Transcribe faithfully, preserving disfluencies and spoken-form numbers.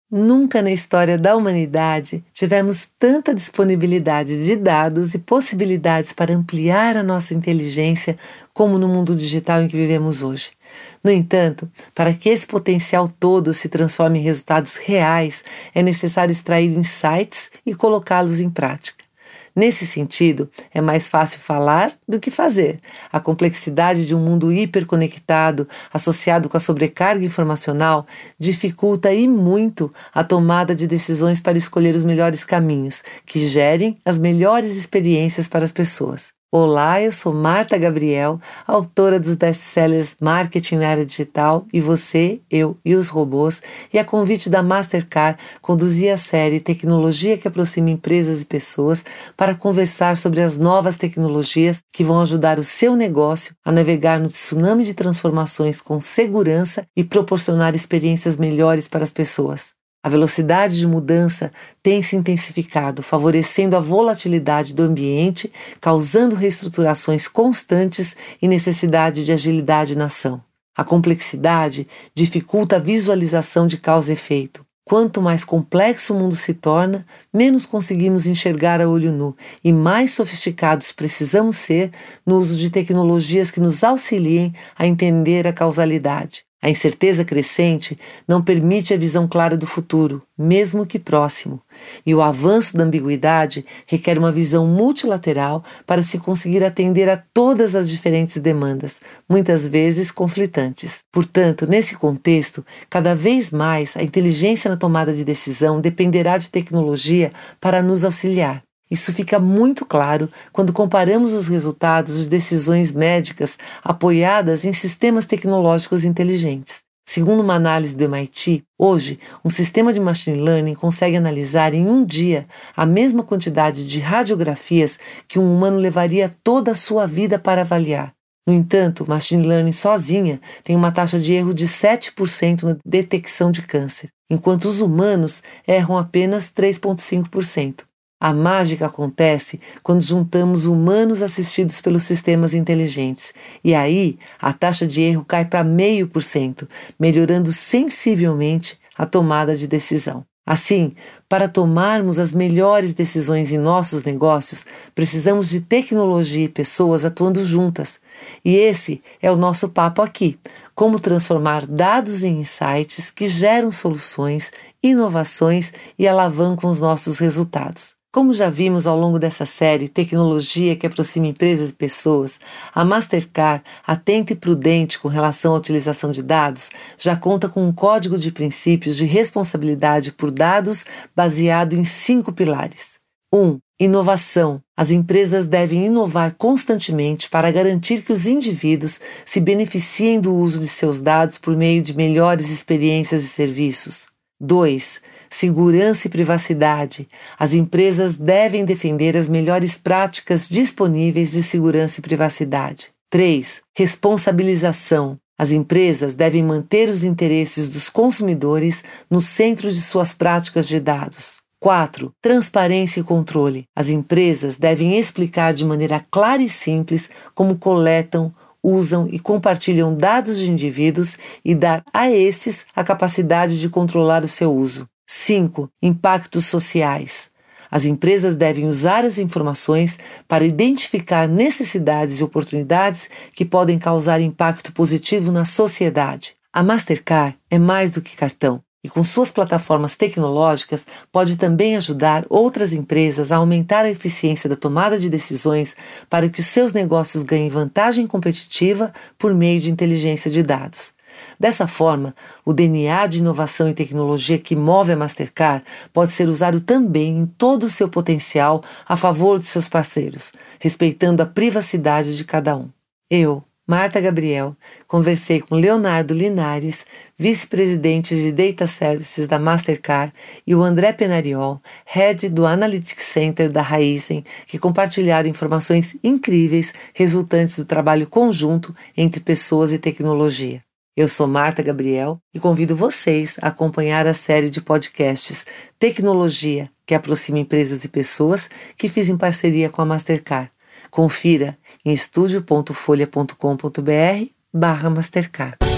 Nunca na história da humanidade tivemos tanta disponibilidade de dados e possibilidades para ampliar a nossa inteligência como no mundo digital em que vivemos hoje. No entanto, para que esse potencial todo se transforme em resultados reais, é necessário extrair insights e colocá-los em prática. Nesse sentido, é mais fácil falar do que fazer. A complexidade de um mundo hiperconectado, associado com a sobrecarga informacional, dificulta e muito a tomada de decisões para escolher os melhores caminhos, que gerem as melhores experiências para as pessoas. Olá, eu sou Marta Gabriel, autora dos best-sellers Marketing na Era Digital e Você, Eu e os Robôs, e a convite da Mastercard conduzi a série Tecnologia que aproxima empresas e pessoas para conversar sobre as novas tecnologias que vão ajudar o seu negócio a navegar no tsunami de transformações com segurança e proporcionar experiências melhores para as pessoas. A velocidade de mudança tem se intensificado, favorecendo a volatilidade do ambiente, causando reestruturações constantes e necessidade de agilidade na ação. A complexidade dificulta a visualização de causa e efeito. Quanto mais complexo o mundo se torna, menos conseguimos enxergar a olho nu e mais sofisticados precisamos ser no uso de tecnologias que nos auxiliem a entender a causalidade. A incerteza crescente não permite a visão clara do futuro, mesmo que próximo, e o avanço da ambiguidade requer uma visão multilateral para se conseguir atender a todas as diferentes demandas, muitas vezes conflitantes. Portanto, nesse contexto, cada vez mais a inteligência na tomada de decisão dependerá de tecnologia para nos auxiliar. Isso fica muito claro quando comparamos os resultados de decisões médicas apoiadas em sistemas tecnológicos inteligentes. Segundo uma análise do M I T, hoje, um sistema de machine learning consegue analisar em um dia a mesma quantidade de radiografias que um humano levaria toda a sua vida para avaliar. No entanto, machine learning sozinha tem uma taxa de erro de sete por cento na detecção de câncer, enquanto os humanos erram apenas três vírgula cinco por cento. A mágica acontece quando juntamos humanos assistidos pelos sistemas inteligentes, e aí a taxa de erro cai para zero vírgula cinco por cento, melhorando sensivelmente a tomada de decisão. Assim, para tomarmos as melhores decisões em nossos negócios, precisamos de tecnologia e pessoas atuando juntas. E esse é o nosso papo aqui: como transformar dados em insights que geram soluções, inovações e alavancam os nossos resultados. Como já vimos ao longo dessa série Tecnologia que aproxima empresas e pessoas, a Mastercard, atenta e prudente com relação à utilização de dados, já conta com um código de princípios de responsabilidade por dados baseado em cinco pilares. um. Inovação. As empresas devem inovar constantemente para garantir que os indivíduos se beneficiem do uso de seus dados por meio de melhores experiências e serviços. dois. Segurança e privacidade. As empresas devem defender as melhores práticas disponíveis de segurança e privacidade. três. Responsabilização. As empresas devem manter os interesses dos consumidores no centro de suas práticas de dados. quatro. Transparência e controle. As empresas devem explicar de maneira clara e simples como coletam, usam e compartilham dados de indivíduos e dar a esses a capacidade de controlar o seu uso. cinco. Impactos sociais. As empresas devem usar as informações para identificar necessidades e oportunidades que podem causar impacto positivo na sociedade. A Mastercard é mais do que cartão, e com suas plataformas tecnológicas pode também ajudar outras empresas a aumentar a eficiência da tomada de decisões para que os seus negócios ganhem vantagem competitiva por meio de inteligência de dados. Dessa forma, o D N A de inovação e tecnologia que move a Mastercard pode ser usado também em todo o seu potencial a favor de seus parceiros, respeitando a privacidade de cada um. Eu, Marta Gabriel, conversei com Leonardo Linares, vice-presidente de Data Services da Mastercard, e o André Penariol, head do Analytics Center da Raizen, que compartilharam informações incríveis resultantes do trabalho conjunto entre pessoas e tecnologia. Eu sou Marta Gabriel e convido vocês a acompanhar a série de podcasts Tecnologia que aproxima empresas e pessoas que fiz em parceria com a Mastercard. Confira em estúdio ponto folha ponto com ponto br barra Mastercard.